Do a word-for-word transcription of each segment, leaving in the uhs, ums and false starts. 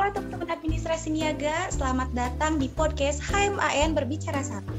Halo teman-teman administrasi niaga, selamat datang di podcast H M A N Berbicara Satu.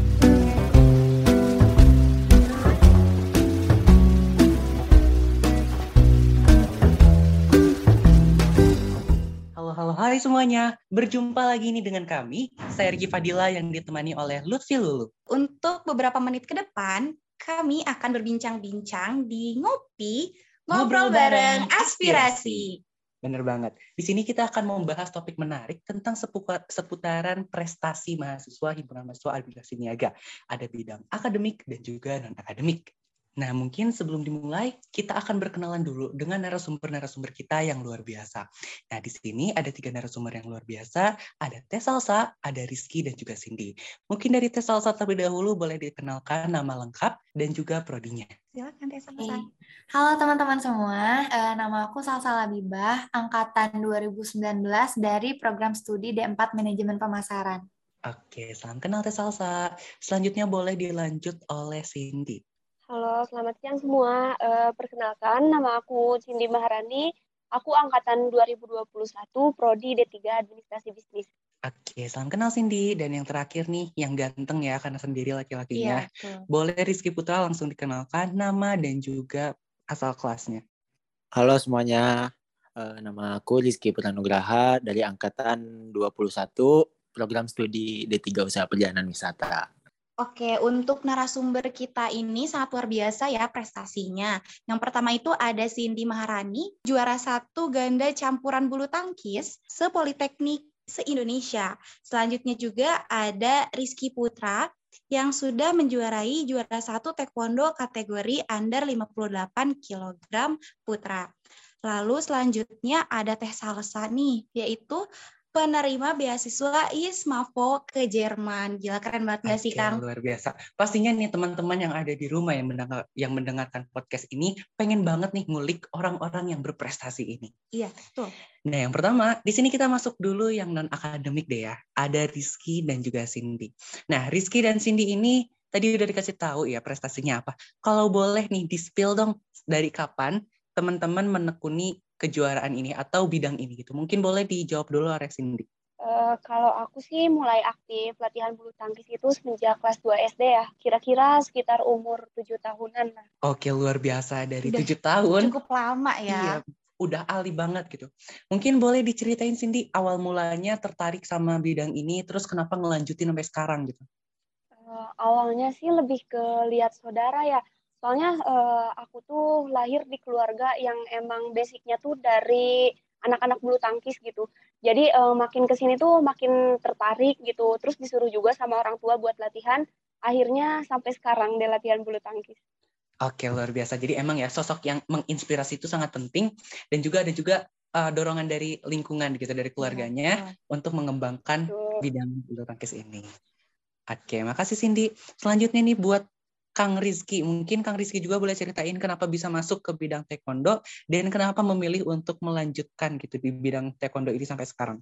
Halo, halo, hai semuanya. Berjumpa lagi nih dengan kami, saya Riki Fadila yang ditemani oleh Lutfi Lulu. Untuk beberapa menit ke depan, kami akan berbincang-bincang di Ngopi, Ngobrol, Ngobrol Bareng Aspirasi. Bener banget. Di sini kita akan membahas topik menarik tentang seputaran prestasi mahasiswa Himpunan Mahasiswa Administrasi Niaga. Ada bidang akademik dan juga non-akademik. Nah, mungkin sebelum dimulai, kita akan berkenalan dulu dengan narasumber-narasumber kita yang luar biasa. Nah, di sini ada tiga narasumber yang luar biasa. Ada Teh Salsa, ada Rizky, dan juga Cindy. Mungkin dari Teh Salsa terlebih dahulu boleh dikenalkan nama lengkap dan juga prodinya. Silakan Teh Salsa. Hey. Halo teman-teman semua, uh, nama aku Salsa Labibah, angkatan dua ribu sembilan belas dari program studi D empat Manajemen Pemasaran. Oke, salam kenal Teh Salsa. Selanjutnya boleh dilanjut oleh Cindy. Halo, selamat siang semua. Uh, perkenalkan, nama aku Cindy Maharani. Aku angkatan dua ribu dua puluh satu, Prodi D tiga Administrasi Bisnis. Oke, salam kenal Cindy. Dan yang terakhir nih, yang ganteng ya, karena sendiri laki-lakinya. Iya, boleh Rizky Putra langsung dikenalkan nama dan juga asal kelasnya. Halo semuanya, uh, nama aku Rizky Putra Nugraha dari angkatan dua puluh satu, program studi D tiga Usaha Perjalanan Wisata. Oke, untuk narasumber kita ini sangat luar biasa ya prestasinya. Yang pertama itu ada Cindy Maharani, juara satu ganda campuran bulu tangkis se-Politeknik se-Indonesia. Selanjutnya juga ada Rizky Putra yang sudah menjuarai juara satu taekwondo kategori under lima puluh delapan kilogram putra. Lalu selanjutnya ada Teh Salsa nih, yaitu penerima beasiswa ISMAVO ke Jerman. Gila, keren banget nggak sih, Kang? Luar biasa. Pastinya nih teman-teman yang ada di rumah yang mendengar, yang mendengarkan podcast ini pengen banget nih ngulik orang-orang yang berprestasi ini. Iya, betul. Nah, yang pertama, di sini kita masuk dulu yang non-akademik deh ya. Ada Rizky dan juga Cindy. Nah, Rizky dan Cindy ini tadi udah dikasih tahu ya prestasinya apa. Kalau boleh nih di-spill dong dari kapan teman-teman menekuni kejuaraan ini atau bidang ini gitu. Mungkin boleh dijawab dulu oleh Cindy. Uh, kalau aku sih mulai aktif latihan bulu tangkis itu semenjak kelas dua S D ya. Kira-kira sekitar umur tujuh tahunan lah. Oke, luar biasa. Dari tujuh tahun. Cukup lama ya. Iya, udah ahli banget gitu. Mungkin boleh diceritain Cindy awal mulanya tertarik sama bidang ini, terus kenapa ngelanjutin sampai sekarang gitu? Uh, awalnya sih lebih ke lihat saudara ya. Soalnya uh, aku tuh lahir di keluarga yang emang basicnya tuh dari anak-anak bulu tangkis gitu. Jadi uh, makin kesini tuh makin tertarik gitu. Terus disuruh juga sama orang tua buat latihan. Akhirnya sampai sekarang deh latihan bulu tangkis. Oke, luar biasa. Jadi emang ya sosok yang menginspirasi itu sangat penting. Dan juga ada juga uh, dorongan dari lingkungan gitu, dari keluarganya ya, untuk mengembangkan Tuh. bidang bulu tangkis ini. Oke, makasih Cindy. Selanjutnya nih buat Kang Rizky, mungkin Kang Rizky juga boleh ceritain kenapa bisa masuk ke bidang taekwondo dan kenapa memilih untuk melanjutkan gitu di bidang taekwondo ini sampai sekarang.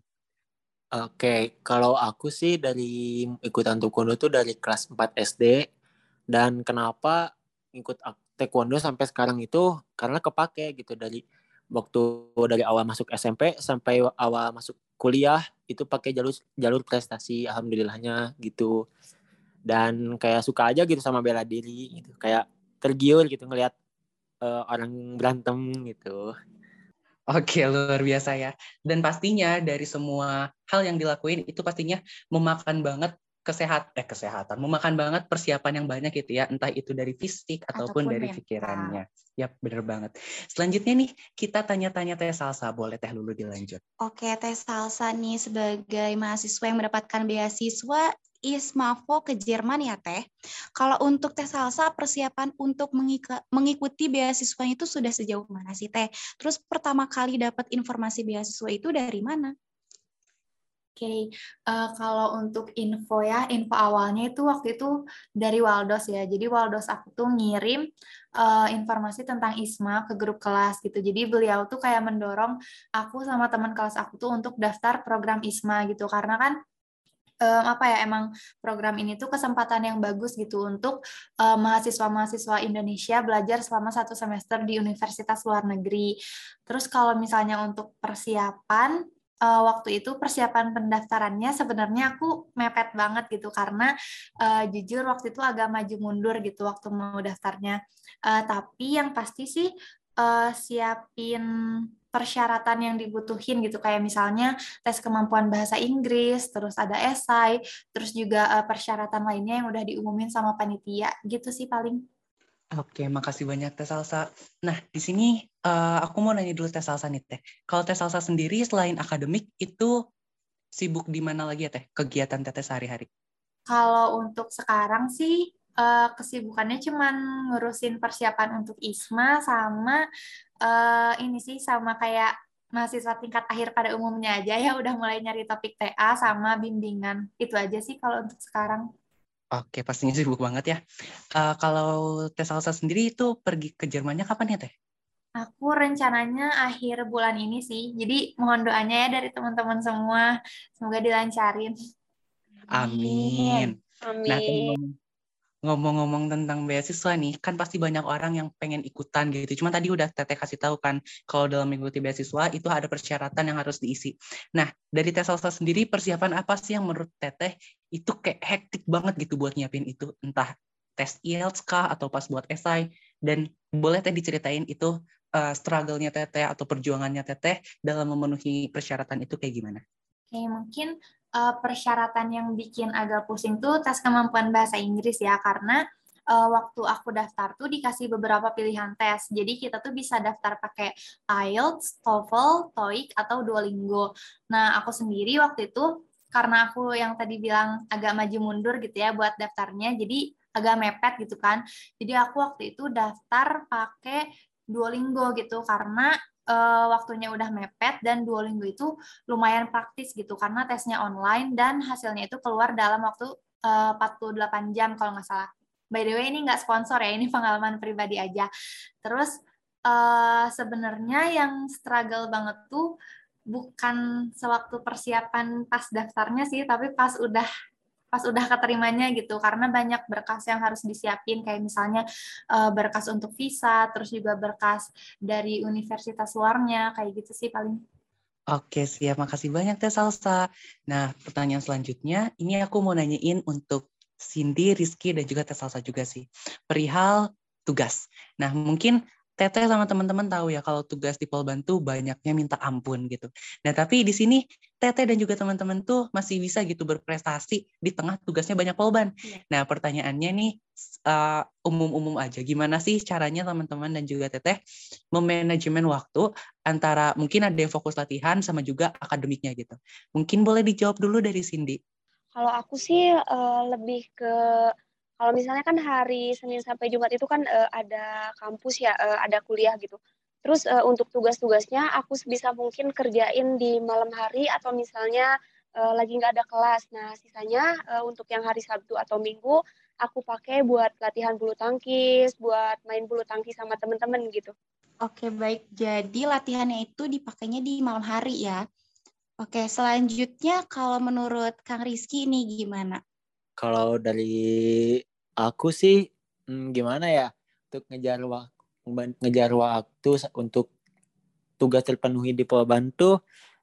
Oke, kalau aku sih dari ikutan taekwondo tuh dari kelas empat S D, dan kenapa ikut taekwondo sampai sekarang itu karena kepake gitu dari waktu dari awal masuk S M P sampai awal masuk kuliah itu pakai jalur jalur prestasi, alhamdulillahnya gitu. Dan kayak suka aja gitu sama bela diri gitu, kayak tergiur gitu ngelihat uh, orang berantem gitu. Oke, luar biasa ya. Dan pastinya dari semua hal yang dilakuin itu pastinya memakan banget kesehatan, eh kesehatan, memakan banget persiapan yang banyak gitu ya, entah itu dari fisik ataupun, ataupun dari mental. Pikirannya. Yap, bener banget. Selanjutnya nih kita tanya-tanya Teh Salsa, boleh Teh Lulu dilanjut. Oke, Teh Salsa nih sebagai mahasiswa yang mendapatkan beasiswa ISMAVO ke Jerman ya Teh. Kalau untuk Teh Salsa, persiapan untuk mengikuti beasiswa itu sudah sejauh mana sih Teh? Terus pertama kali dapat informasi beasiswa itu dari mana? Oke, okay. uh, kalau untuk info ya, info awalnya itu waktu itu dari Waldos ya. Jadi Waldos aku tuh ngirim uh, informasi tentang ISMA ke grup kelas gitu. Jadi beliau tuh kayak mendorong aku sama teman kelas aku tuh untuk daftar program ISMA gitu. Karena kan Um, apa ya emang program ini tuh kesempatan yang bagus gitu untuk um, mahasiswa-mahasiswa Indonesia belajar selama satu semester di universitas luar negeri. Terus kalau misalnya untuk persiapan uh, waktu itu persiapan pendaftarannya sebenarnya aku mepet banget gitu karena uh, jujur waktu itu agak maju mundur gitu waktu mau daftarnya. Uh, tapi yang pasti sih uh, siapin persyaratan yang dibutuhin gitu kayak misalnya tes kemampuan bahasa Inggris, terus ada esai, terus juga uh, persyaratan lainnya yang udah diumumin sama panitia gitu sih paling. Oke, makasih banyak Teh Salsa. Nah, di sini uh, aku mau nanya dulu Teh Salsa nih Teh. Kalau Teh Salsa sendiri selain akademik itu sibuk di mana lagi ya Teh? Kegiatan Teteh sehari-hari? Kalau untuk sekarang sih uh, kesibukannya cuman ngurusin persiapan untuk ISMA sama uh, ini sih sama kayak mahasiswa tingkat akhir pada umumnya aja ya udah mulai nyari topik T A sama bimbingan. Itu aja sih kalau untuk sekarang. Oke, pastinya sibuk banget ya. Uh, kalau Teh Salsa sendiri itu pergi ke Jermannya kapan ya Teh? Aku rencananya akhir bulan ini sih. Jadi mohon doanya ya dari teman-teman semua. Semoga dilancarin. Amin. Nah, Amin. ngomong-ngomong tentang beasiswa nih, kan pasti banyak orang yang pengen ikutan gitu. Cuma tadi udah Teteh kasih tahu kan, kalau dalam mengikuti beasiswa itu ada persyaratan yang harus diisi. Nah, dari Teh Salsa sendiri, persiapan apa sih yang menurut Teteh itu kayak hektik banget gitu buat nyiapin itu? Entah tes I E L T S kah, atau pas buat esai? Dan boleh Teh diceritain itu uh, struggle-nya Teteh atau perjuangannya Teteh dalam memenuhi persyaratan itu kayak gimana? Oke, mungkin uh, persyaratan yang bikin agak pusing tuh tes kemampuan bahasa Inggris ya, karena uh, waktu aku daftar tuh dikasih beberapa pilihan tes. Jadi kita tuh bisa daftar pakai I E L T S, TOEFL, TOEIC, atau Duolingo. Nah, aku sendiri waktu itu, karena aku yang tadi bilang agak maju mundur gitu ya buat daftarnya, jadi agak mepet gitu kan. Jadi aku waktu itu daftar pakai Duolingo gitu, karena uh, waktunya udah mepet dan Duolingo itu lumayan praktis gitu karena tesnya online dan hasilnya itu keluar dalam waktu uh, empat puluh delapan jam kalau nggak salah. By the way ini nggak sponsor ya, ini pengalaman pribadi aja. Terus uh, sebenarnya yang struggle banget tuh bukan sewaktu persiapan pas daftarnya sih, tapi pas udah pas udah keterimanya gitu karena banyak berkas yang harus disiapin kayak misalnya uh, berkas untuk visa terus juga berkas dari universitas luarnya kayak gitu sih paling. Oke, siap. Makasih banyak Teh Salsa. Nah, pertanyaan selanjutnya, ini aku mau nanyain untuk Cindy, Rizky, dan juga Teh Salsa juga sih. Perihal tugas. Nah, mungkin Teteh sama teman-teman tahu ya kalau tugas di Polban tuh banyaknya minta ampun gitu. Nah, tapi di sini Teteh dan juga teman-teman tuh masih bisa gitu berprestasi di tengah tugasnya banyak Polban. Yeah. Nah, pertanyaannya nih uh, umum-umum aja. Gimana sih caranya teman-teman dan juga Teteh memanajemen waktu antara mungkin ada yang fokus latihan sama juga akademiknya gitu. Mungkin boleh dijawab dulu dari Cindy. Kalau aku sih uh, lebih ke kalau misalnya kan hari Senin sampai Jumat itu kan uh, ada kampus ya, uh, ada kuliah gitu. Terus uh, untuk tugas-tugasnya aku sebisa mungkin kerjain di malam hari atau misalnya uh, lagi nggak ada kelas. Nah sisanya uh, untuk yang hari Sabtu atau Minggu aku pakai buat latihan bulu tangkis, buat main bulu tangkis sama temen-temen gitu. Oke baik, jadi latihannya itu dipakainya di malam hari ya. Oke, selanjutnya kalau menurut Kang Rizky ini gimana? Kalau dari aku sih hmm, gimana ya untuk ngejar waktu ngejar waktu untuk tugas terpenuhi di Polban tuh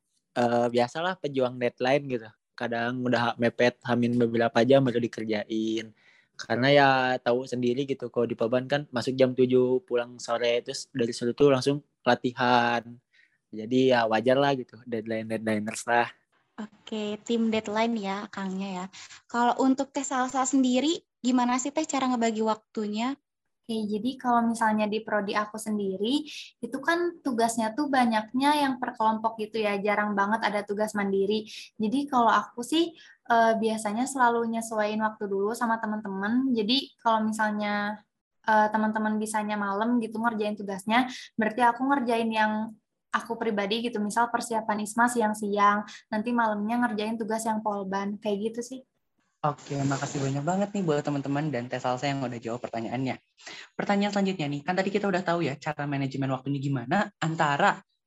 uh, biasalah pejuang deadline gitu. Kadang udah mepet hamin beberapa jam baru dikerjain. Karena ya tahu sendiri gitu kalau di Polban kan masuk jam tujuh pulang sore terus dari situ tuh langsung latihan. Jadi ya wajar lah gitu deadline-deadliners lah. Oke, tim deadline ya Kangnya ya. Kalau untuk Teh Salsa sendiri, gimana sih Teh cara ngebagi waktunya? Oke, jadi kalau misalnya di prodi aku sendiri, itu kan tugasnya tuh banyaknya yang per kelompok gitu ya, jarang banget ada tugas mandiri. Jadi kalau aku sih eh, biasanya selalu nyesuaiin waktu dulu sama teman-teman. Jadi kalau misalnya eh, teman-teman bisanya malam gitu ngerjain tugasnya, berarti aku ngerjain yang aku pribadi gitu, misal persiapan ISMA siang-siang, nanti malamnya ngerjain tugas yang Polban, kayak gitu sih. Oke, makasih banyak banget nih buat teman-teman dan Teh Salsa yang udah jawab pertanyaannya. Pertanyaan selanjutnya nih, kan tadi kita udah tahu ya cara manajemen waktunya gimana antara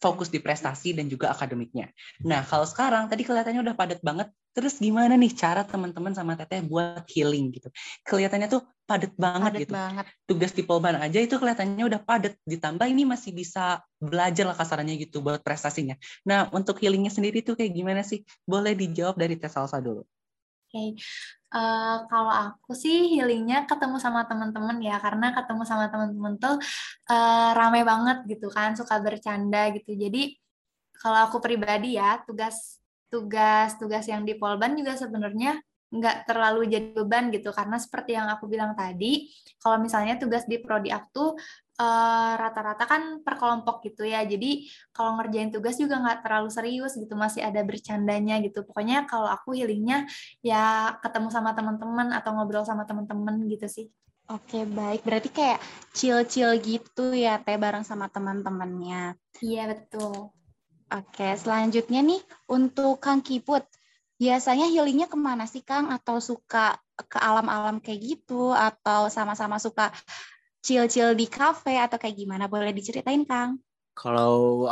fokus di prestasi dan juga akademiknya. Nah, kalau sekarang tadi kelihatannya udah padat banget. Terus gimana nih cara teman-teman sama Teteh buat healing gitu? Kelihatannya tuh padat banget Padat gitu. banget. Tugas di Polban aja itu kelihatannya udah padat. Ditambah ini masih bisa belajar lah kasarannya gitu buat prestasinya. Nah, untuk healingnya sendiri tuh kayak gimana sih? Boleh dijawab dari Teh Salsa dulu. Oke, okay. uh, kalau aku sih healingnya ketemu sama teman-teman ya, karena ketemu sama teman-teman tuh uh, rame banget gitu kan, suka bercanda gitu. Jadi kalau aku pribadi ya, tugas tugas tugas yang di Polban juga sebenarnya nggak terlalu jadi beban gitu, karena seperti yang aku bilang tadi, kalau misalnya tugas di prodi aku tuh uh, rata-rata kan per kelompok gitu ya, jadi kalau ngerjain tugas juga nggak terlalu serius gitu, masih ada bercandanya gitu. Pokoknya kalau aku healingnya ya ketemu sama teman-teman atau ngobrol sama teman-teman gitu sih. Oke, baik. Berarti kayak chill-chill gitu ya, Teh, bareng sama teman-temannya. Iya, betul. Oke, selanjutnya nih untuk Kang Kiput. Biasanya healingnya kemana sih, Kang? Atau suka ke alam-alam kayak gitu? Atau sama-sama suka chill-chill di kafe? Atau kayak gimana? Boleh diceritain, Kang? Kalau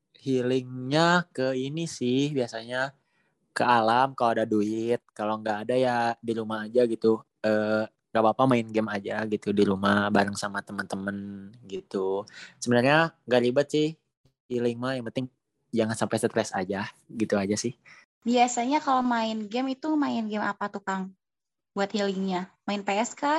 healingnya ke ini sih, biasanya ke alam kalau ada duit. Kalau nggak ada ya di rumah aja gitu. Eh, nggak apa-apa main game aja gitu di rumah bareng sama teman-teman gitu. Sebenarnya nggak ribet sih healing mah, yang penting jangan sampai stres aja gitu aja sih. Biasanya kalau main game itu main game apa tuh, Kang? Buat healingnya? Main P S kah?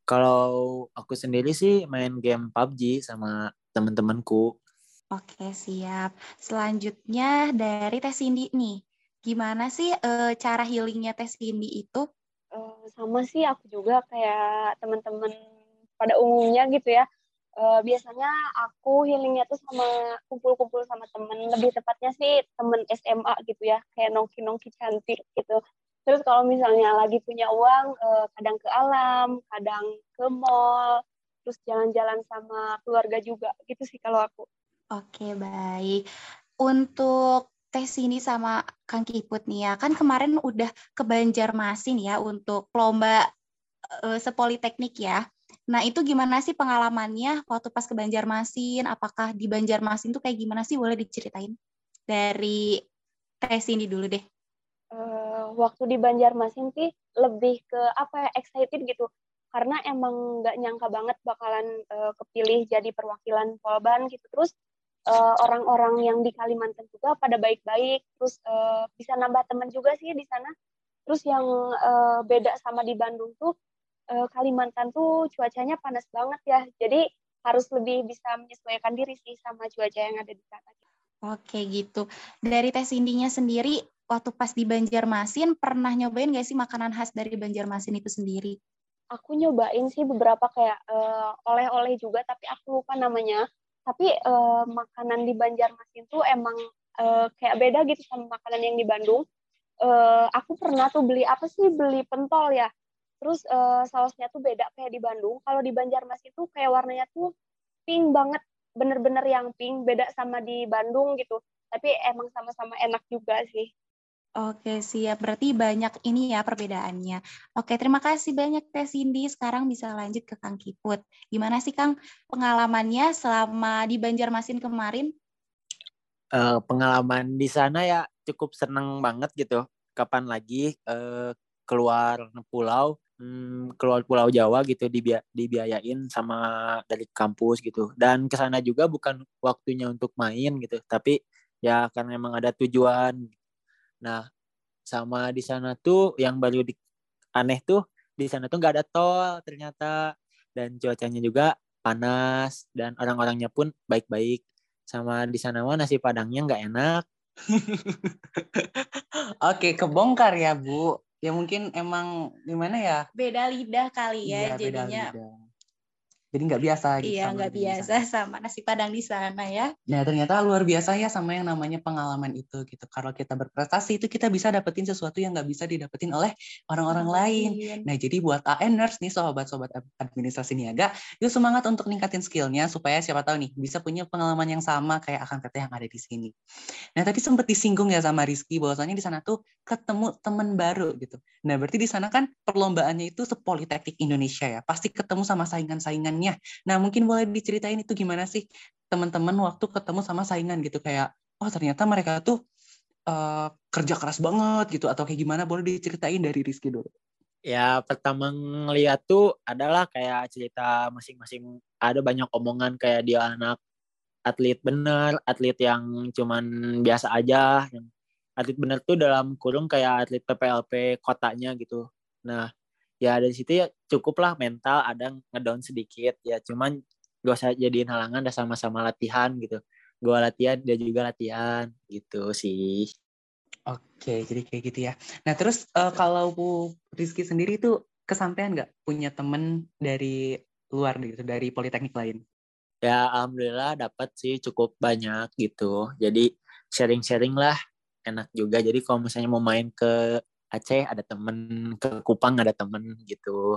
Kalau aku sendiri sih main game P U B G sama teman-temanku. Oke, siap. Selanjutnya dari Teh Cindy nih. Gimana sih e, cara healingnya Teh Cindy itu? Uh, sama sih aku juga kayak teman-teman pada umumnya gitu ya. Uh, biasanya aku healingnya tuh sama kumpul-kumpul sama temen, lebih tepatnya sih temen S M A gitu ya, kayak nongki-nongki cantik gitu. Terus kalau misalnya lagi punya uang, uh, kadang ke alam, kadang ke mall, terus jalan-jalan sama keluarga juga gitu sih kalau aku. Oke, baik. Untuk Teh Cindy sama Kang Kiput nih ya, kan kemarin udah ke Banjarmasin ya untuk lomba e, sepoliteknik ya. Nah, itu gimana sih pengalamannya waktu pas ke Banjarmasin? Apakah di Banjarmasin tuh kayak gimana sih? Boleh diceritain? Dari Teh Cindy dulu deh. Uh, waktu di Banjarmasin sih lebih ke apa ya, excited gitu. Karena emang nggak nyangka banget bakalan uh, kepilih jadi perwakilan Polban gitu. Terus uh, orang-orang yang di Kalimantan juga pada baik-baik. Terus uh, bisa nambah teman juga sih di sana. Terus yang uh, beda sama di Bandung tuh, uh, Kalimantan tuh cuacanya panas banget ya. Jadi harus lebih bisa menyesuaikan diri sih sama cuaca yang ada di sana. Oke gitu. Dari Teh Cindy-nya sendiri, waktu pas di Banjarmasin, pernah nyobain nggak sih makanan khas dari Banjarmasin itu sendiri? Aku nyobain sih beberapa kayak uh, oleh-oleh juga, tapi aku lupa namanya. Tapi uh, makanan di Banjarmasin tuh emang uh, kayak beda gitu sama makanan yang di Bandung. Uh, aku pernah tuh beli apa sih, beli pentol ya. Terus uh, sausnya tuh beda kayak di Bandung. Kalau di Banjarmasin tuh kayak warnanya tuh pink banget, bener-bener yang pink, beda sama di Bandung gitu. Tapi emang sama-sama enak juga sih. Oke, siap. Berarti banyak ini ya perbedaannya. Oke, terima kasih banyak Teh Cindy. Sekarang bisa lanjut ke Kang Kiput. Gimana sih Kang pengalamannya selama di Banjarmasin kemarin? Uh, pengalaman di sana ya cukup seneng banget gitu. Kapan lagi uh, keluar pulau, hmm, keluar Pulau Jawa gitu dibi- dibiayain sama dari kampus gitu. Dan ke sana juga bukan waktunya untuk main gitu, tapi ya karena emang ada tujuan. Nah, sama di sana tuh yang baru di, aneh tuh di sana tuh nggak ada tol ternyata, dan cuacanya juga panas dan orang-orangnya pun baik-baik. Sama di sana mah nasi padangnya nggak enak. Oke, kebongkar ya Bu. Ya mungkin emang gimana ya? Beda lidah kali ya, iya, jadinya. Beda lidah. Jadi nggak biasa gitu. Iya, sama nggak biasa sama nasi padang di sana ya. Nah, ternyata luar biasa ya sama yang namanya pengalaman itu gitu. Kalau kita berprestasi itu kita bisa dapetin sesuatu yang nggak bisa didapetin oleh orang-orang Oh, lain. iya. Nah, jadi buat A Ners nih, sobat-sobat administrasi niaga, yuk semangat untuk ningkatin skillnya supaya siapa tahu nih bisa punya pengalaman yang sama kayak Akang Teteh yang ada di sini. Nah, tadi sempat disinggung ya sama Rizky bahwasanya di sana tuh ketemu teman baru gitu. Nah, berarti di sana kan perlombaannya itu sepoliteknik Indonesia ya. Pasti ketemu sama saingan-saingannya saingannya. Nah, mungkin boleh diceritain itu gimana sih teman-teman waktu ketemu sama saingan gitu, kayak oh ternyata mereka tuh uh, kerja keras banget gitu, atau kayak gimana, boleh diceritain dari Rizky dulu. Ya pertama ngeliat tuh adalah kayak cerita masing-masing, ada banyak omongan kayak dia anak atlet bener, atlet yang cuman biasa aja, yang atlet bener tuh dalam kurung kayak atlet P P L P kotanya gitu. Nah ya dari situ ya cukup lah mental ada ngedown sedikit ya, cuman gak usah jadiin halangan, udah sama-sama latihan gitu, gue latihan dia juga latihan gitu sih. Oke, jadi kayak gitu ya. Nah, terus uh, kalau Rizky sendiri tuh kesampaian nggak punya temen dari luar gitu, dari politeknik lain? Ya, alhamdulillah dapat sih cukup banyak gitu. Jadi sharing-sharing lah, enak juga. Jadi kalau misalnya mau main ke Aceh ada temen, ke Kupang ada temen gitu.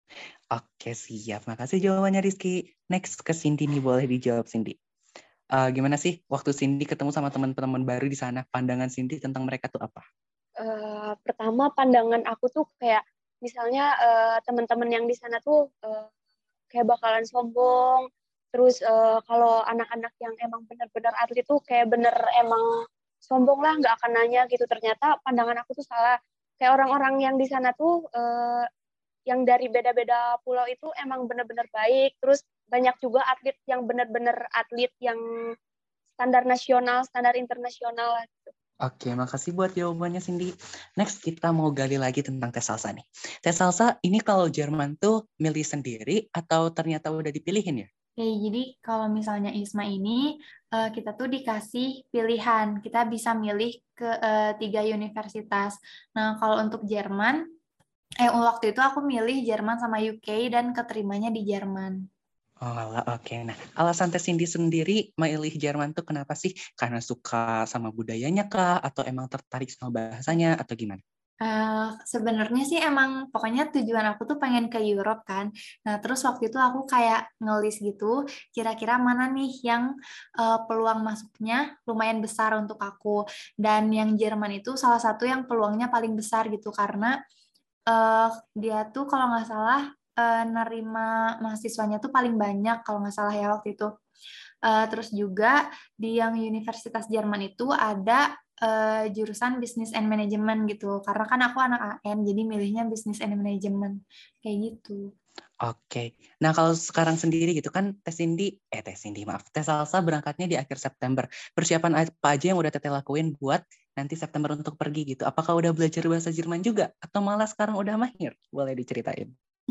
Oke, siap. Makasih jawabannya Rizky. Next ke Cindy nih, boleh dijawab Cindy. Uh, gimana sih waktu Cindy ketemu sama teman-teman baru di sana? Pandangan Cindy tentang mereka tuh apa? Uh, pertama pandangan aku tuh kayak misalnya uh, teman-teman yang di sana tuh uh, kayak bakalan sombong. Terus uh, kalau anak-anak yang emang benar-benar atlet tuh kayak bener emang sombong lah, nggak akan nanya gitu. Ternyata pandangan aku tuh salah. Kayak orang-orang yang di sana tuh uh, yang dari beda-beda pulau itu emang benar-benar baik. Terus banyak juga atlet yang benar-benar atlet yang standar nasional, standar internasional lah gitu. Oke, makasih buat jawabannya Cindy. Next kita mau gali lagi tentang tes salsa nih. Tes salsa ini kalau Jerman tuh milih sendiri atau ternyata udah dipilihin ya? Oke, jadi kalau misalnya ISMA ini kita tuh dikasih pilihan, kita bisa milih ke uh, tiga universitas. Nah, kalau untuk Jerman, eh waktu itu aku milih Jerman sama U K dan keterimanya di Jerman. Oh, oke. Okay. Nah, alasan tes Cindy sendiri milih Jerman tuh kenapa sih? Karena suka sama budayanya kah? Atau emang tertarik sama bahasanya? Atau gimana? Uh, sebenarnya sih emang pokoknya tujuan aku tuh pengen ke Europe kan. Nah terus waktu itu aku kayak ngelis gitu, kira-kira mana nih yang uh, peluang masuknya lumayan besar untuk aku. Dan yang Jerman itu salah satu yang peluangnya paling besar gitu, karena uh, dia tuh kalau nggak salah uh, nerima mahasiswanya tuh paling banyak kalau nggak salah ya waktu itu. Uh, terus juga di yang Universitas Jerman itu ada uh, jurusan Business and Management gitu. Karena kan aku anak A M, jadi milihnya Business and Management. Kayak gitu. Oke. Nah, kalau sekarang sendiri gitu kan tes Cindy, eh tes Cindy maaf, tes salsa berangkatnya di akhir September. Persiapan apa aja yang udah Teteh lakuin buat nanti September untuk pergi gitu? Apakah udah belajar bahasa Jerman juga? Atau malah sekarang udah mahir? Boleh diceritain.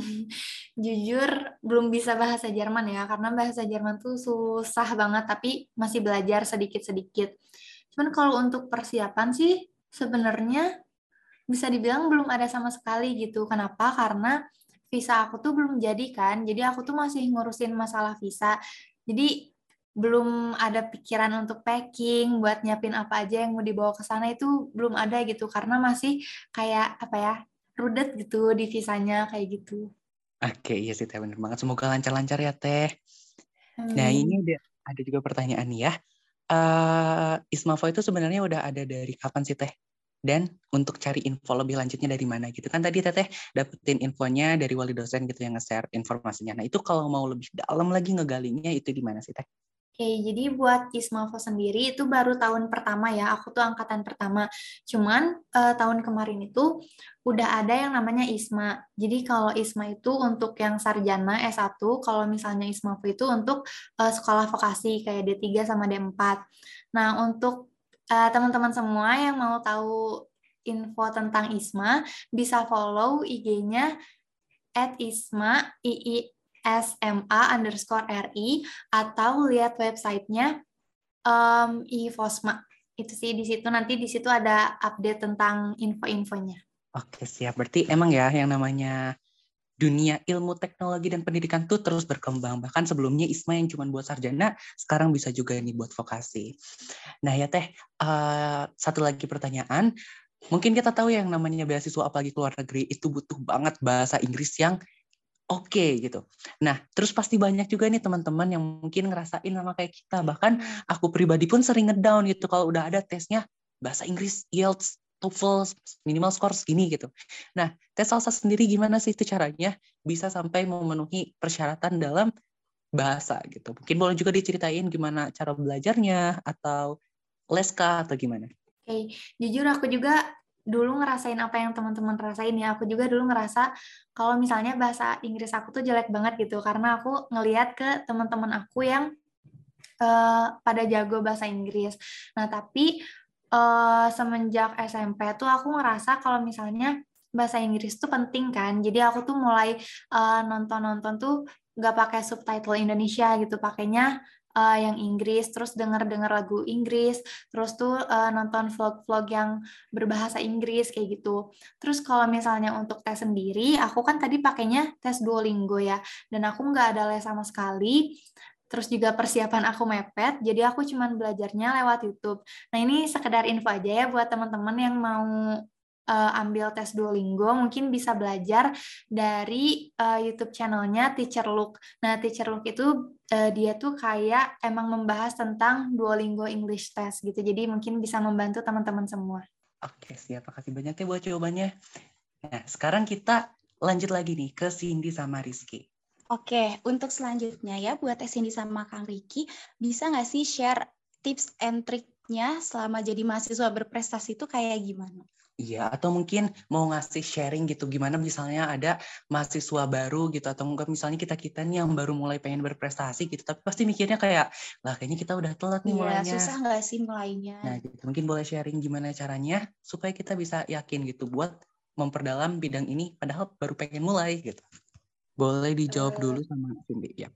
Jujur belum bisa bahasa Jerman ya, karena bahasa Jerman tuh susah banget, tapi masih belajar sedikit-sedikit. Cuman kalau untuk persiapan sih sebenarnya bisa dibilang belum ada sama sekali gitu. Kenapa? Karena visa aku tuh belum jadi kan, jadi aku tuh masih ngurusin masalah visa. Jadi belum ada pikiran untuk packing, buat nyiapin apa aja yang mau dibawa ke sana itu belum ada gitu, karena masih kayak apa ya, rudet gitu di visanya kayak gitu. Oke, iya sih Teh, bener banget. Semoga lancar-lancar ya Teh. Hmm. Nah ini ada, ada juga pertanyaan nih ya. Uh, Ismafo itu sebenarnya udah ada dari kapan sih Teh? Dan untuk cari info lebih lanjutnya dari mana gitu kan tadi Teteh dapetin infonya dari wali dosen gitu yang nge-share informasinya. Nah itu kalau mau lebih dalam lagi ngegalinya itu di mana sih Teh? Oke, jadi buat Ismafo sendiri itu baru tahun pertama ya, aku tuh angkatan pertama. Cuman eh, tahun kemarin itu udah ada yang namanya ISMA. Jadi kalau ISMA itu untuk yang sarjana S satu, kalau misalnya Ismafo itu untuk eh, sekolah vokasi kayak D tiga sama D empat. Nah, untuk eh, teman-teman semua yang mau tahu info tentang ISMA, bisa follow I G-nya at isma, I I S M A underscore R I, atau lihat websitenya um, iFosma. Itu sih di situ, nanti di situ ada update tentang info-infonya. Oke siap, berarti emang ya yang namanya dunia ilmu teknologi dan pendidikan tuh terus berkembang. Bahkan sebelumnya ISMA yang cuma buat sarjana, sekarang bisa juga ini buat vokasi. Nah ya Teh, uh, satu lagi pertanyaan. Mungkin kita tahu yang namanya beasiswa apalagi ke luar negeri itu butuh banget bahasa Inggris yang oke okay, gitu. Nah, terus pasti banyak juga nih teman-teman yang mungkin ngerasain sama kayak kita. Bahkan aku pribadi pun sering ngedown gitu kalau udah ada tesnya bahasa Inggris, I E L T S, TOEFL minimal skor segini gitu. Nah, tes SALSA sendiri gimana sih itu caranya bisa sampai memenuhi persyaratan dalam bahasa gitu. Mungkin boleh juga diceritain gimana cara belajarnya atau les kah atau gimana? Oke, jujur aku juga dulu ngerasain apa yang teman-teman rasain ya. Aku juga dulu ngerasa kalau misalnya bahasa Inggris aku tuh jelek banget gitu karena aku ngelihat ke teman-teman aku yang uh, pada jago bahasa Inggris. Nah, tapi uh, semenjak S M P tuh aku ngerasa kalau misalnya bahasa Inggris tuh penting kan. Jadi aku tuh mulai uh, nonton-nonton tuh nggak pakai subtitle Indonesia gitu, pakainya uh, yang Inggris, terus denger-denger lagu Inggris, terus tuh uh, nonton vlog-vlog yang berbahasa Inggris kayak gitu. Terus kalau misalnya untuk tes sendiri, aku kan tadi pakainya tes Duolingo ya, dan aku nggak ada les sama sekali. Terus juga persiapan aku mepet, jadi aku cuman belajarnya lewat YouTube. Nah, ini sekedar info aja ya buat teman-teman yang mau uh, ambil tes Duolingo, mungkin bisa belajar dari uh, YouTube channelnya Teacher Look. Nah, Teacher Look itu uh, dia tuh kayak emang membahas tentang Duolingo English Test gitu, jadi mungkin bisa membantu teman-teman semua. Oke, siap. Makasih banyak ya buat jawabannya. Nah, sekarang kita lanjut lagi nih ke Cindy sama Rizky. Oke, untuk selanjutnya ya buat Cindy sama Kang Ricky, bisa nggak sih share tips and triknya selama jadi mahasiswa berprestasi itu kayak gimana? Iya, atau mungkin mau ngasih sharing gitu, gimana misalnya ada mahasiswa baru gitu, atau enggak misalnya kita-kita nih yang baru mulai pengen berprestasi gitu, tapi pasti mikirnya kayak, lah kayaknya kita udah telat nih Iya, mulainya. susah nggak sih mulainya? Nah, gitu. Mungkin boleh sharing gimana caranya supaya kita bisa yakin gitu buat memperdalam bidang ini, padahal baru pengen mulai gitu. Boleh dijawab uh, dulu sama Cindy ya.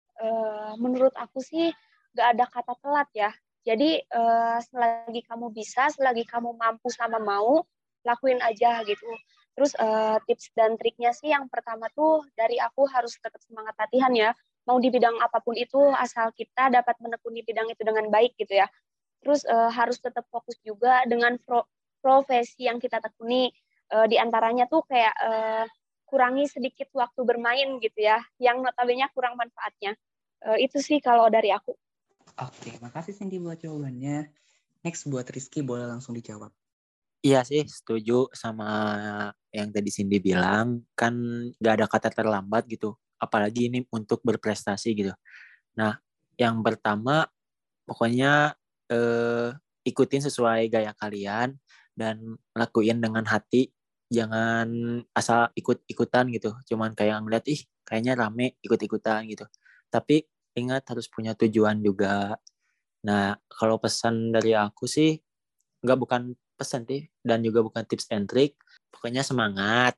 Uh, menurut aku sih nggak ada kata telat ya. Jadi uh, selagi kamu bisa, selagi kamu mampu sama mau, lakuin aja gitu. Terus uh, tips dan triknya sih yang pertama tuh dari aku harus tetap semangat latihan ya. Mau di bidang apapun itu asal kita dapat menekuni bidang itu dengan baik gitu ya. Terus uh, harus tetap fokus juga dengan pro- profesi yang kita tekuni. Uh, di antaranya tuh kayak uh, kurangi sedikit waktu bermain gitu ya, yang notabene kurang manfaatnya. Uh, itu sih kalau dari aku. Oke, makasih Cindy buat jawabannya. Next buat Rizky, boleh langsung dijawab. Iya sih, setuju sama yang tadi Cindy bilang, kan gak ada kata terlambat gitu, apalagi ini untuk berprestasi gitu. Nah, yang pertama, pokoknya eh, ikutin sesuai gaya kalian, dan lakuin dengan hati, jangan asal ikut-ikutan gitu, cuman kayak ngeliat, ih kayaknya rame ikut-ikutan gitu. Tapi ingat harus punya tujuan juga. Nah, kalau pesan dari aku sih, nggak bukan pesan sih, dan juga bukan tips and trick, pokoknya semangat,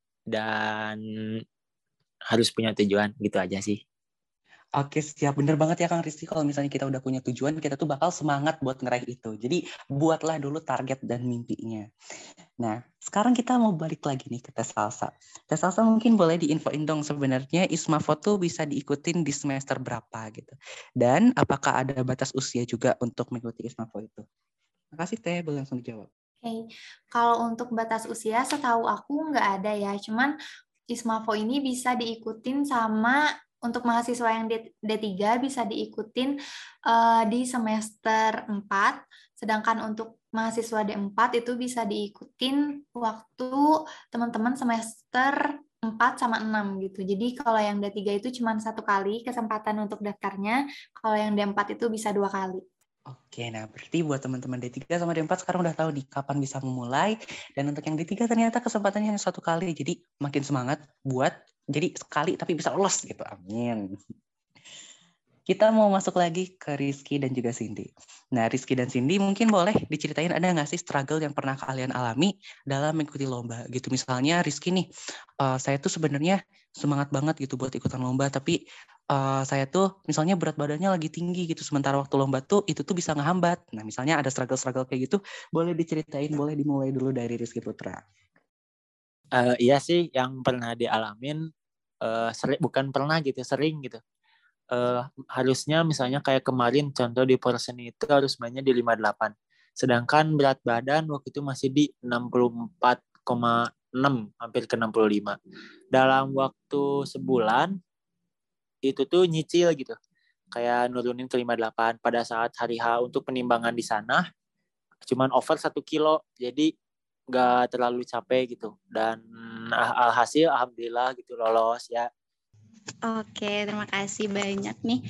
dan harus punya tujuan, gitu aja sih. Oke, siap. Bener banget ya Kang Rizky, kalau misalnya kita udah punya tujuan, kita tuh bakal semangat buat ngeraih itu. Jadi buatlah dulu target dan mimpinya. Nah, sekarang kita mau balik lagi nih ke tes SALSA. Tes SALSA mungkin boleh diinfoin dong sebenarnya ISMAVO tuh bisa diikutin di semester berapa gitu. Dan apakah ada batas usia juga untuk mengikuti ISMAVO itu? Makasih Teh, boleh langsung dijawab. Oke, okay. Kalau untuk batas usia setahu aku nggak ada ya, cuman ISMAVO ini bisa diikutin sama untuk mahasiswa yang D tiga bisa diikutin uh, di semester empat, sedangkan untuk mahasiswa D empat itu bisa diikutin waktu teman-teman semester empat sama enam gitu. Jadi kalau yang D tiga itu cuma satu kali kesempatan untuk daftarnya, kalau yang D empat itu bisa dua kali. Oke, nah berarti buat teman-teman D tiga sama D empat sekarang udah tahu nih kapan bisa memulai. Dan untuk yang D tiga ternyata kesempatannya hanya satu kali. Jadi makin semangat buat jadi sekali tapi bisa lolos gitu. Amin. Kita mau masuk lagi ke Rizky dan juga Cindy. Nah, Rizky dan Cindy mungkin boleh diceritain ada nggak sih struggle yang pernah kalian alami dalam mengikuti lomba gitu. Misalnya Rizky nih, uh, saya tuh sebenarnya semangat banget gitu buat ikutan lomba, tapi uh, saya tuh misalnya berat badannya lagi tinggi gitu, sementara waktu lomba tuh itu tuh bisa ngehambat. Nah, misalnya ada struggle-struggle kayak gitu, boleh diceritain, boleh dimulai dulu dari Rizky Putra. Uh, iya sih, yang pernah dialamin, uh, sering, bukan pernah gitu, sering gitu. Uh, harusnya misalnya kayak kemarin contoh di Porseni itu harus mainnya di lima puluh delapan, sedangkan berat badan waktu itu masih di enam puluh empat koma enam, hampir ke enam puluh lima. Dalam waktu sebulan itu tuh nyicil gitu, kayak nurunin ke lima puluh delapan. Pada saat hari H untuk penimbangan di sana cuman over satu kilo, jadi nggak terlalu capek gitu. Dan alhasil alhamdulillah gitu lolos ya. Oke, terima kasih banyak nih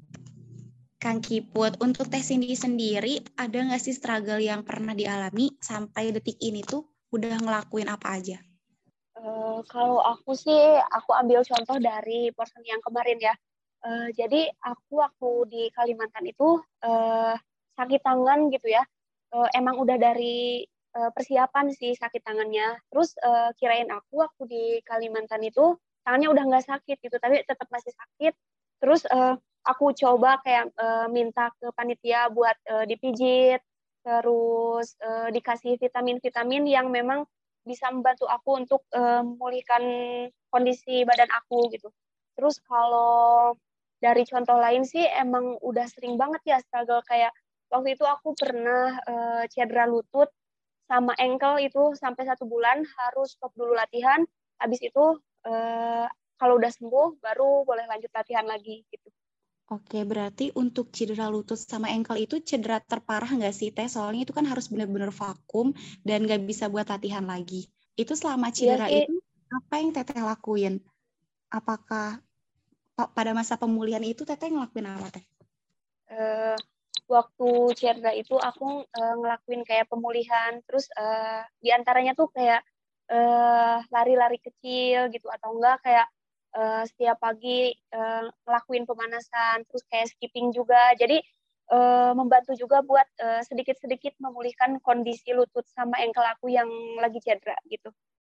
Kang Kiput. Untuk Teh Cindy sendiri, ada nggak sih struggle yang pernah dialami sampai detik ini tuh udah ngelakuin apa aja? Uh, kalau aku sih, aku ambil contoh dari person yang kemarin ya. Uh, jadi aku waktu di Kalimantan itu uh, sakit tangan gitu ya. Uh, emang udah dari uh, persiapan sih sakit tangannya. Terus uh, kirain aku waktu di Kalimantan itu tangannya udah nggak sakit gitu, tapi tetap masih sakit. Terus uh, aku coba kayak uh, minta ke panitia buat uh, dipijit, terus uh, dikasih vitamin-vitamin yang memang bisa membantu aku untuk uh, memulihkan kondisi badan aku gitu. Terus kalau dari contoh lain sih emang udah sering banget ya struggle, kayak waktu itu aku pernah uh, cedera lutut sama ankle itu sampai satu bulan harus stop dulu latihan. Habis itu uh, kalau udah sembuh baru boleh lanjut latihan lagi gitu. Oke, berarti untuk cedera lutut sama ankle itu cedera terparah nggak sih, Teh? Soalnya itu kan harus benar-benar vakum dan nggak bisa buat latihan lagi. Itu selama cedera Iya itu, apa yang Teteh lakuin? Apakah pada masa pemulihan itu Teteh ngelakuin apa, Teh? Uh, waktu cedera itu aku uh, ngelakuin kayak pemulihan, terus uh, diantaranya tuh kayak uh, lari-lari kecil gitu, atau enggak kayak Uh, setiap pagi uh, ngelakuin pemanasan, terus kayak skipping juga. Jadi uh, membantu juga buat uh, sedikit-sedikit memulihkan kondisi lutut sama ankle aku yang lagi cedera gitu.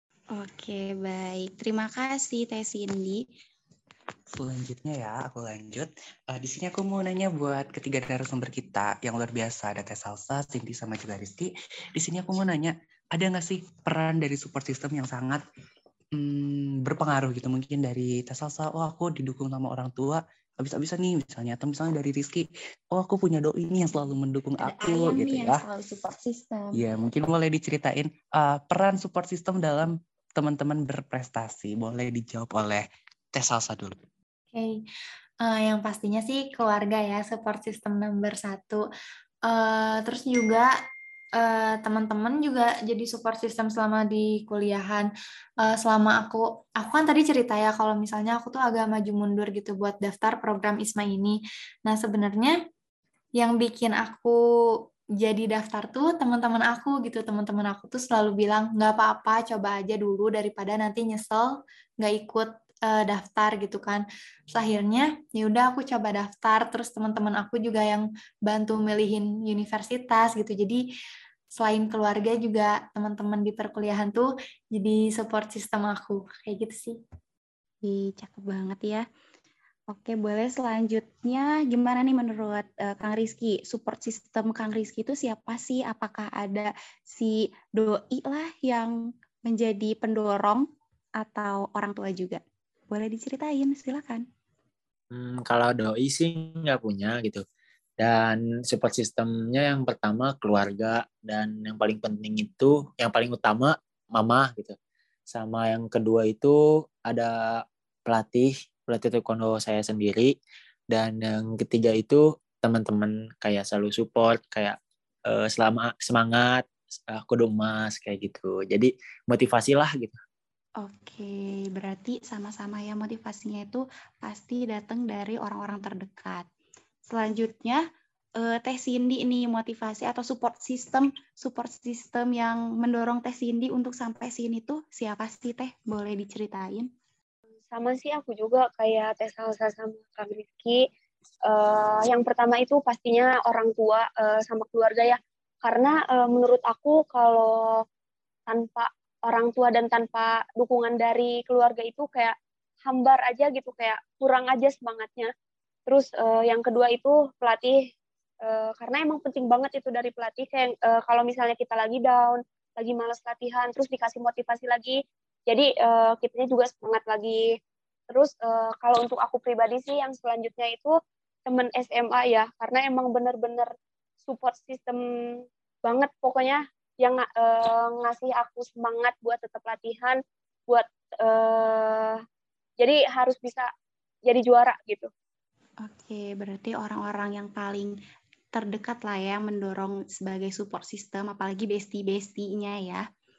Oke, baik. Terima kasih Teh Cindy. Selanjutnya ya, aku lanjut. Uh, di sini aku mau nanya buat ketiga narasumber kita yang luar biasa. Ada Teh Salsa, Cindy, sama juga Rizky. Di sini aku mau nanya, ada nggak sih peran dari support system yang sangat Hmm, berpengaruh gitu, mungkin dari Teh Salsa, oh aku didukung sama orang tua habis-habisan nih misalnya, atau misalnya dari Rizky, oh aku punya doi ini yang selalu mendukung Ada aku ayam gitu nih ya. Yang selalu support system. Iya, mungkin boleh diceritain uh, peran support system dalam teman-teman berprestasi. Boleh dijawab oleh Teh Salsa dulu. Oke, okay. uh, yang pastinya sih keluarga ya, support system nomor satu. Uh, terus juga Uh, teman-teman juga jadi support system selama di kuliahan. Uh, selama aku, aku kan tadi cerita ya kalau misalnya aku tuh agak maju mundur gitu buat daftar program I S M A ini. Nah sebenarnya yang bikin aku jadi daftar tuh teman-teman aku gitu. Teman-teman aku tuh selalu bilang nggak apa-apa, coba aja dulu daripada nanti nyesel nggak ikut uh, daftar gitu kan. Terus akhirnya ya udah aku coba daftar. Terus teman-teman aku juga yang bantu milihin universitas gitu. Jadi selain keluarga juga teman-teman di perkuliahan tuh jadi support system aku kayak gitu sih. Ih, cakep banget ya. Oke, boleh selanjutnya gimana nih menurut uh, Kang Rizky? Support system Kang Rizky itu siapa sih? Apakah ada si doi lah yang menjadi pendorong atau orang tua juga? Boleh diceritain, silakan. Hmm, kalau doi sih nggak punya gitu. Dan support sistemnya yang pertama keluarga, dan yang paling penting itu, yang paling utama mama gitu. Sama yang kedua itu ada pelatih, pelatih taekwondo saya sendiri. Dan yang ketiga itu teman-teman kayak selalu support, kayak uh, selama semangat, uh, kudu emas kayak gitu. Jadi motivasi lah gitu. Oke, berarti sama-sama ya motivasinya itu pasti datang dari orang-orang terdekat. Selanjutnya, eh, Teh Cindy ini motivasi atau support system, support system yang mendorong Teh Cindy untuk sampai sini tuh siapa sih Teh? Boleh diceritain? Sama sih aku juga kayak Teh Salsa sama Kang Rizky. Uh, yang pertama itu pastinya orang tua uh, sama keluarga ya. Karena uh, menurut aku kalau tanpa orang tua dan tanpa dukungan dari keluarga itu kayak hambar aja gitu, kayak kurang aja semangatnya. Terus uh, yang kedua itu pelatih, uh, karena emang penting banget itu dari pelatih, kayak uh, kalau misalnya kita lagi down, lagi malas latihan, terus dikasih motivasi lagi, jadi uh, kitanya juga semangat lagi. Terus uh, kalau untuk aku pribadi sih yang selanjutnya itu teman S M A ya, karena emang bener-bener support system banget pokoknya, yang uh, ngasih aku semangat buat tetap latihan, buat uh, jadi harus bisa jadi juara gitu. Oke, berarti orang-orang yang paling terdekat lah ya mendorong sebagai support system, apalagi bestie-bestie-nya ya.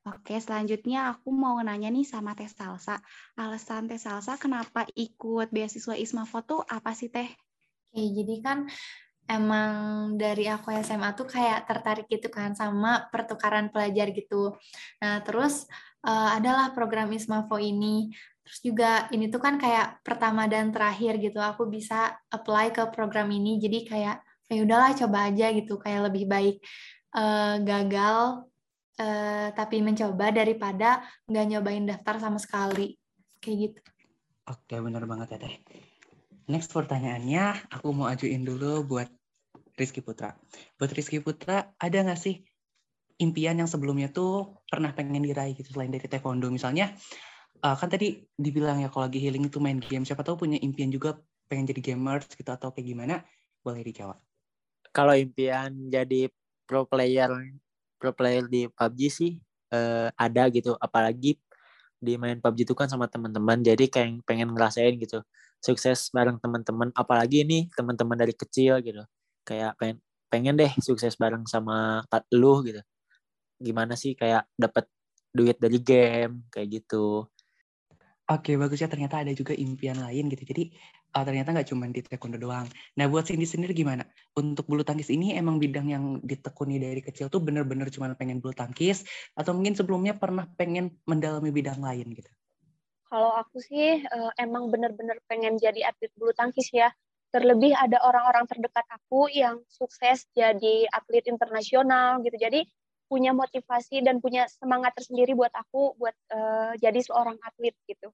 Oke, selanjutnya aku mau nanya nih sama Teh Salsa. Alasan Teh Salsa kenapa ikut beasiswa Ismafo tuh apa sih Teh? Oke, jadi kan emang dari aku S M A tuh kayak tertarik gitu kan sama pertukaran pelajar gitu. Nah, terus uh, adalah program Ismafo ini. Terus juga ini tuh kan kayak pertama dan terakhir gitu. Aku bisa apply ke program ini. Jadi kayak ya udahlah coba aja gitu. Kayak lebih baik uh, gagal uh, tapi mencoba daripada nggak nyobain daftar sama sekali. Kayak gitu. Oke, benar banget ya Teh. Next pertanyaannya, aku mau ajuin dulu buat Rizky Putra. Buat Rizky Putra, ada nggak sih impian yang sebelumnya tuh pernah pengen diraih gitu selain dari taekwondo? Misalnya, uh, kan tadi dibilang ya kalau lagi healing itu main game. Siapa tahu punya impian juga pengen jadi gamers gitu atau kayak gimana? Boleh dijawab. Kalau impian jadi pro player, pro player di P U B G sih uh, ada gitu. Apalagi di main P U B G itu kan sama teman-teman. Jadi kayak pengen ngerasain gitu. Sukses bareng teman-teman. Apalagi ini teman-teman dari kecil gitu. Kayak pengen, pengen deh sukses bareng sama lu gitu. Gimana sih kayak dapat duit dari game kayak gitu. Oke, bagus ya. Ternyata ada juga impian lain gitu. Jadi uh, ternyata nggak cuma di taekwondo doang. Nah, buat Cindy sendiri gimana? Untuk bulu tangkis ini emang bidang yang ditekuni dari kecil tuh bener-bener cuma pengen bulu tangkis atau mungkin sebelumnya pernah pengen mendalami bidang lain gitu? Kalau aku sih uh, emang bener-bener pengen jadi atlet bulu tangkis ya. Terlebih ada orang-orang terdekat aku yang sukses jadi atlet internasional gitu. Jadi punya motivasi dan punya semangat tersendiri buat aku buat uh, jadi seorang atlet gitu.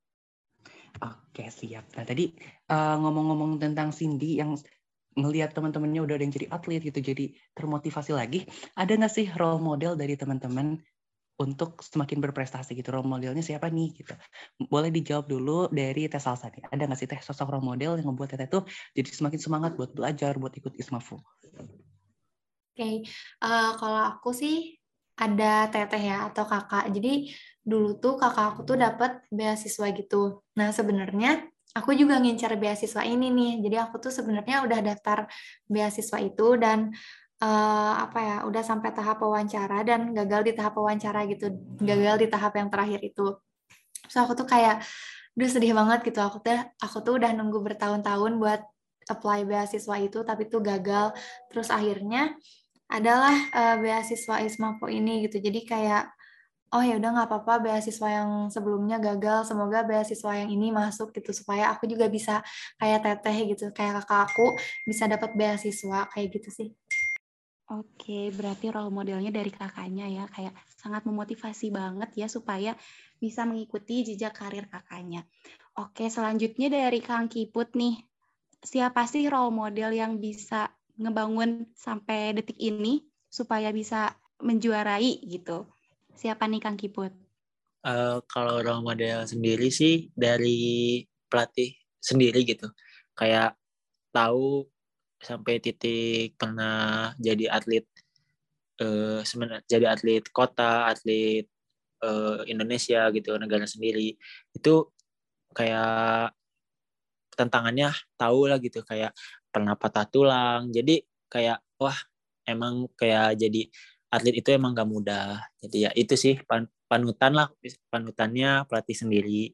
Oke, siap. Nah, tadi uh, ngomong-ngomong tentang Cindy yang ngelihat teman-temannya udah ada yang jadi atlet gitu, jadi termotivasi lagi. Ada nggak sih role model dari teman-teman untuk semakin berprestasi gitu? Role modelnya siapa nih gitu? Boleh dijawab dulu dari Teh Salsa nih. Ada nggak sih Teh sosok role model yang membuat Teh tuh jadi semakin semangat buat belajar, buat ikut Ismafo? Oke, okay. uh, kalau aku sih ada teteh ya atau kakak. Jadi dulu tuh kakak aku tuh dapat beasiswa gitu. Nah sebenarnya aku juga ngincar beasiswa ini nih. Jadi aku tuh sebenarnya udah daftar beasiswa itu dan uh, apa ya, udah sampai tahap wawancara dan gagal di tahap wawancara gitu. Gagal di tahap yang terakhir itu. So aku tuh kayak, duh sedih banget gitu. Aku tuh aku tuh udah nunggu bertahun-tahun buat apply beasiswa itu, tapi tuh gagal. Terus akhirnya adalah uh, beasiswa Ismafo ini gitu. Jadi kayak oh ya udah nggak apa-apa beasiswa yang sebelumnya gagal, semoga beasiswa yang ini masuk gitu supaya aku juga bisa kayak teteh gitu, kayak kakak aku bisa dapat beasiswa kayak gitu sih. Oke, berarti role modelnya dari kakaknya ya, kayak sangat memotivasi banget ya supaya bisa mengikuti jejak karir kakaknya. Oke, selanjutnya dari Kang Kiput nih, siapa sih role model yang bisa ngebangun sampai detik ini supaya bisa menjuarai gitu? Siapa nih Kang Kiput? Uh, kalau role model sendiri sih dari pelatih sendiri gitu. Kayak tahu sampai titik pernah jadi atlet uh, sebenarnya jadi atlet kota, atlet uh, Indonesia gitu, negara sendiri. Itu kayak tantangannya tahu lah gitu, kayak pernah patah tulang. Jadi kayak wah emang kayak jadi atlet itu emang gak mudah. Jadi ya itu sih pan- panutan lah, panutannya pelatih sendiri.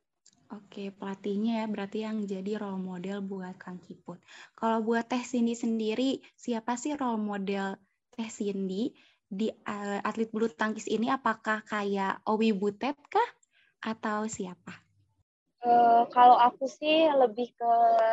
Oke, pelatihnya ya berarti yang jadi role model buat Kang Kiput. Kalau buat Teh Cindy sendiri, siapa sih role model Teh Cindy di uh, atlet bulu tangkis ini? Apakah kayak Owi Butet kah? Atau siapa? Uh, kalau aku sih lebih ke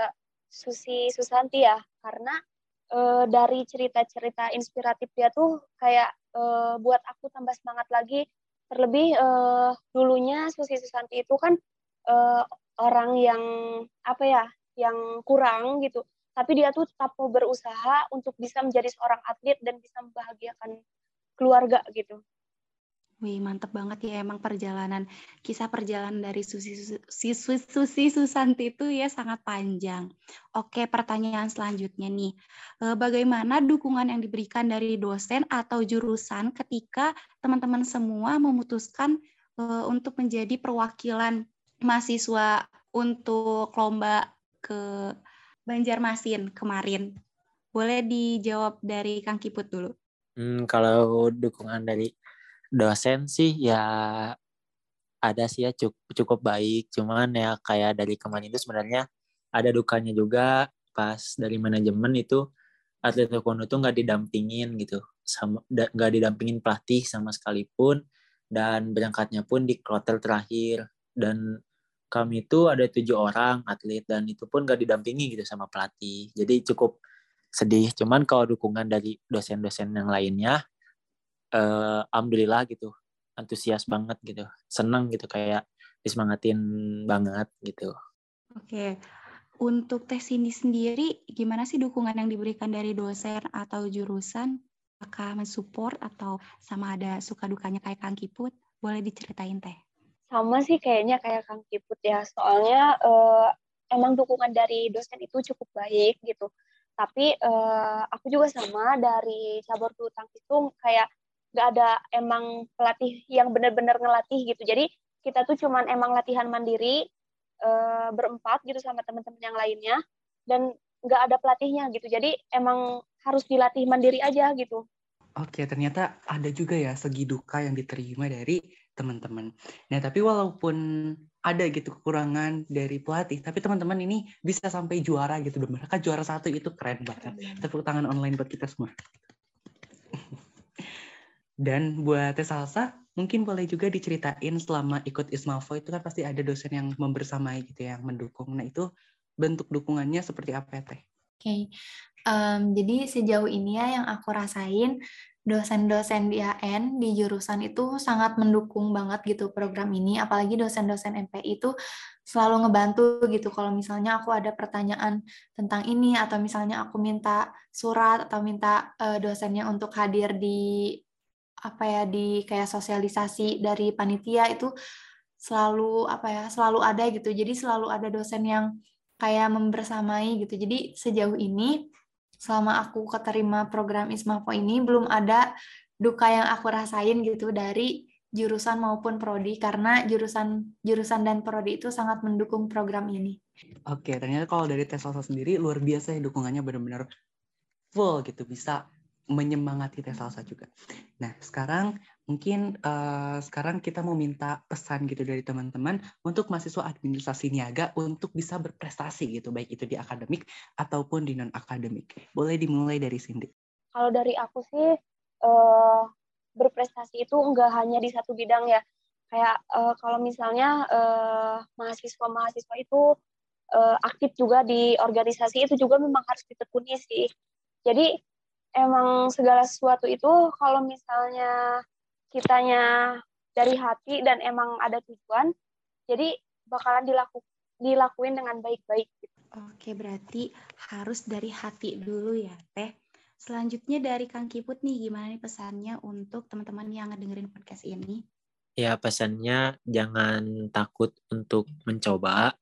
Susi Susanti ya, karena uh, dari cerita-cerita inspiratif dia tuh kayak uh, buat aku tambah semangat lagi. Terlebih uh, dulunya Susi Susanti itu kan uh, orang yang apa ya, yang kurang gitu. Tapi dia tuh tetap mau berusaha untuk bisa menjadi seorang atlet dan bisa membahagiakan keluarga gitu. Wih, mantep banget ya emang perjalanan, kisah perjalanan dari Susi, Susi, Susi Susanti itu ya sangat panjang. Oke, pertanyaan selanjutnya nih. Bagaimana dukungan yang diberikan dari dosen atau jurusan ketika teman-teman semua memutuskan uh, untuk menjadi perwakilan mahasiswa untuk lomba ke Banjarmasin kemarin? Boleh dijawab dari Kang Kiput dulu. Hmm, kalau dukungan dari dosen sih ya ada sih ya cukup, cukup baik. Cuman ya kayak dari kemarin itu sebenarnya ada dukanya juga pas dari manajemen itu atlet taekwondo tuh nggak didampingin gitu. Sama nggak didampingin pelatih sama sekalipun dan berangkatnya pun di kloter terakhir dan kami itu ada tujuh orang atlet dan itu pun nggak didampingi gitu sama pelatih. Jadi cukup sedih. Cuman kalau dukungan dari dosen-dosen yang lainnya, eh, alhamdulillah gitu, antusias banget gitu, seneng gitu kayak disemangatin banget gitu. Oke, untuk tes ini sendiri, gimana sih dukungan yang diberikan dari dosen atau jurusan? Apakah mensupport atau sama ada suka dukanya kayak Kang Kiput? Boleh diceritain Teh? Sama sih kayaknya kayak Kang Kiput ya, soalnya uh, emang dukungan dari dosen itu cukup baik gitu. Tapi uh, aku juga sama dari cabur bulu tangkis itu kayak nggak ada emang pelatih yang benar-benar ngelatih gitu. Jadi kita tuh cuman emang latihan mandiri uh, berempat gitu sama teman-teman yang lainnya dan nggak ada pelatihnya gitu. Jadi emang harus dilatih mandiri aja gitu. Oke, ternyata ada juga ya segi duka yang diterima dari teman-teman. Nah, tapi walaupun ada gitu kekurangan dari pelatih, tapi teman-teman ini bisa sampai juara gitu. Dan mereka juara satu itu keren banget. Tepuk tangan online buat kita semua. Dan buat Teh Salsa, mungkin boleh juga diceritain selama ikut Ismafo itu kan pasti ada dosen yang membersamai gitu ya, yang mendukung. Nah, itu bentuk dukungannya seperti apa ya, Teh? Oke, okay. um, jadi sejauh ini ya yang aku rasain, dosen-dosen di A N di jurusan itu sangat mendukung banget gitu program ini, apalagi dosen-dosen M P I itu selalu ngebantu gitu kalau misalnya aku ada pertanyaan tentang ini atau misalnya aku minta surat atau minta uh, dosennya untuk hadir di apa ya di kayak sosialisasi dari panitia itu selalu apa ya selalu ada gitu. Jadi selalu ada dosen yang kayak membersamai gitu. Jadi sejauh ini selama aku keterima program Ismafo ini belum ada duka yang aku rasain gitu dari jurusan maupun prodi karena jurusan jurusan dan prodi itu sangat mendukung program ini. Oke, ternyata kalau dari Teh Salsa sendiri luar biasa ya dukungannya benar-benar full gitu, bisa menyemangati Teh Salsa juga. Nah, sekarang mungkin uh, sekarang kita mau minta pesan gitu dari teman-teman untuk mahasiswa administrasi niaga untuk bisa berprestasi gitu, baik itu di akademik ataupun di non-akademik. Boleh dimulai dari Cindy. Kalau dari aku sih, uh, berprestasi itu enggak hanya di satu bidang ya. Kayak uh, kalau misalnya uh, mahasiswa-mahasiswa itu uh, aktif juga di organisasi, itu juga memang harus ditekuni sih. Jadi emang segala sesuatu itu kalau misalnya kitanya dari hati dan emang ada tujuan, jadi bakalan dilaku, dilakuin dengan baik-baik. Oke, berarti harus dari hati dulu ya, Teh. Selanjutnya dari Kang Kiput nih, gimana nih pesannya untuk teman-teman yang ngedengerin podcast ini? Ya, pesannya jangan takut untuk mencoba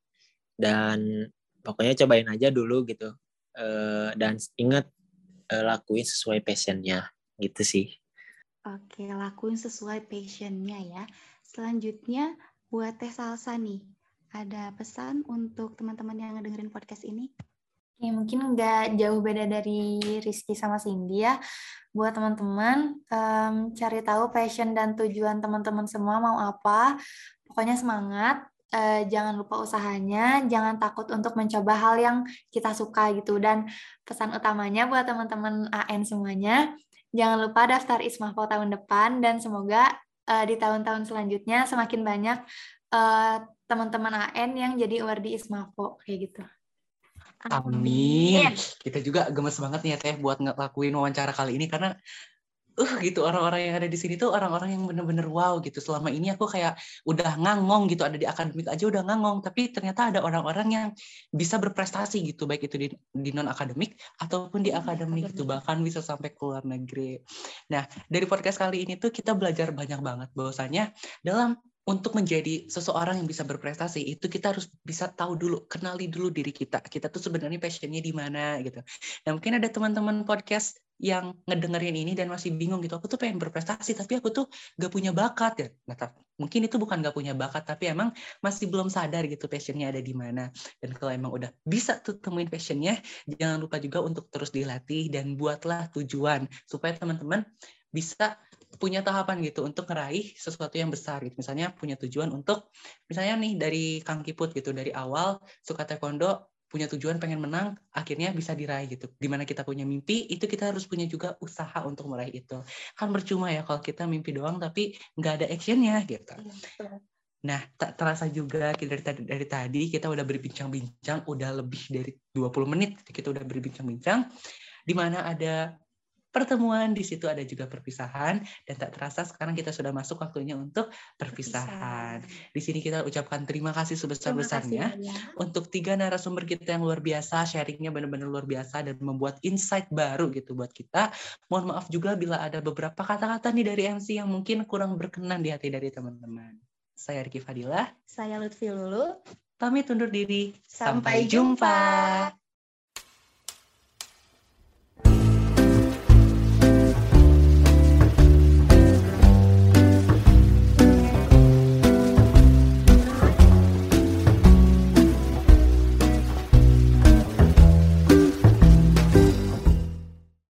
dan pokoknya cobain aja dulu gitu. Uh, dan ingat uh, lakuin sesuai passionnya gitu sih. Oke, lakuin sesuai passionnya ya. Selanjutnya buat Teh Salsa nih, ada pesan untuk teman-teman yang ngedengerin podcast ini? Oke, mungkin nggak jauh beda dari Rizky sama Cindy ya. Buat teman-teman, um, cari tahu passion dan tujuan teman-teman semua mau apa. Pokoknya semangat, uh, jangan lupa usahanya, jangan takut untuk mencoba hal yang kita suka gitu. Dan pesan utamanya buat teman-teman A N semuanya, jangan lupa daftar Ismafo tahun depan dan semoga uh, di tahun-tahun selanjutnya semakin banyak uh, teman-teman A N yang jadi award di Ismafo kayak gitu. Amin. Kita juga gemes banget nih ya Teh buat ngelakuin wawancara kali ini karena uh gitu orang-orang yang ada di sini tuh orang-orang yang bener-bener wow gitu. Selama ini aku kayak udah ngangong gitu, ada di akademik aja udah ngangong, tapi ternyata ada orang-orang yang bisa berprestasi gitu, baik itu di, di non akademik ataupun di akademik gitu, bahkan bisa sampai ke luar negeri. Nah, dari podcast kali ini tuh kita belajar banyak banget bahwasanya dalam untuk menjadi seseorang yang bisa berprestasi itu kita harus bisa tahu dulu, kenali dulu diri kita. Kita tuh sebenarnya passionnya di mana gitu. Nah, mungkin ada teman-teman podcast yang ngedengerin ini dan masih bingung gitu, aku tuh pengen berprestasi tapi aku tuh gak punya bakat ya. Nah, mungkin itu bukan gak punya bakat tapi emang masih belum sadar gitu passionnya ada di mana. Dan kalau emang udah bisa tuh temuin passionnya, jangan lupa juga untuk terus dilatih dan buatlah tujuan supaya teman-teman bisa punya tahapan gitu untuk meraih sesuatu yang besar gitu. Misalnya punya tujuan untuk, misalnya nih dari Kang Kiput gitu, dari awal suka taekwondo, punya tujuan pengen menang, akhirnya bisa diraih gitu. Dimana kita punya mimpi, itu kita harus punya juga usaha untuk meraih itu. Kan percuma ya kalau kita mimpi doang tapi nggak ada actionnya gitu. Nah, tak terasa juga dari tadi, dari tadi kita udah berbincang-bincang, udah lebih dari dua puluh menit kita udah berbincang-bincang, di mana ada pertemuan, di situ ada juga perpisahan, dan tak terasa sekarang kita sudah masuk waktunya untuk perpisahan. Di sini kita ucapkan terima kasih sebesar-besarnya untuk tiga narasumber kita yang luar biasa, sharingnya benar-benar luar biasa dan membuat insight baru gitu buat kita. Mohon maaf juga bila ada beberapa kata-kata nih dari M C yang mungkin kurang berkenan di hati dari teman-teman. Saya Riki Fadilah. Saya Lutfi Lulu. Pamit undur diri. Sampai jumpa.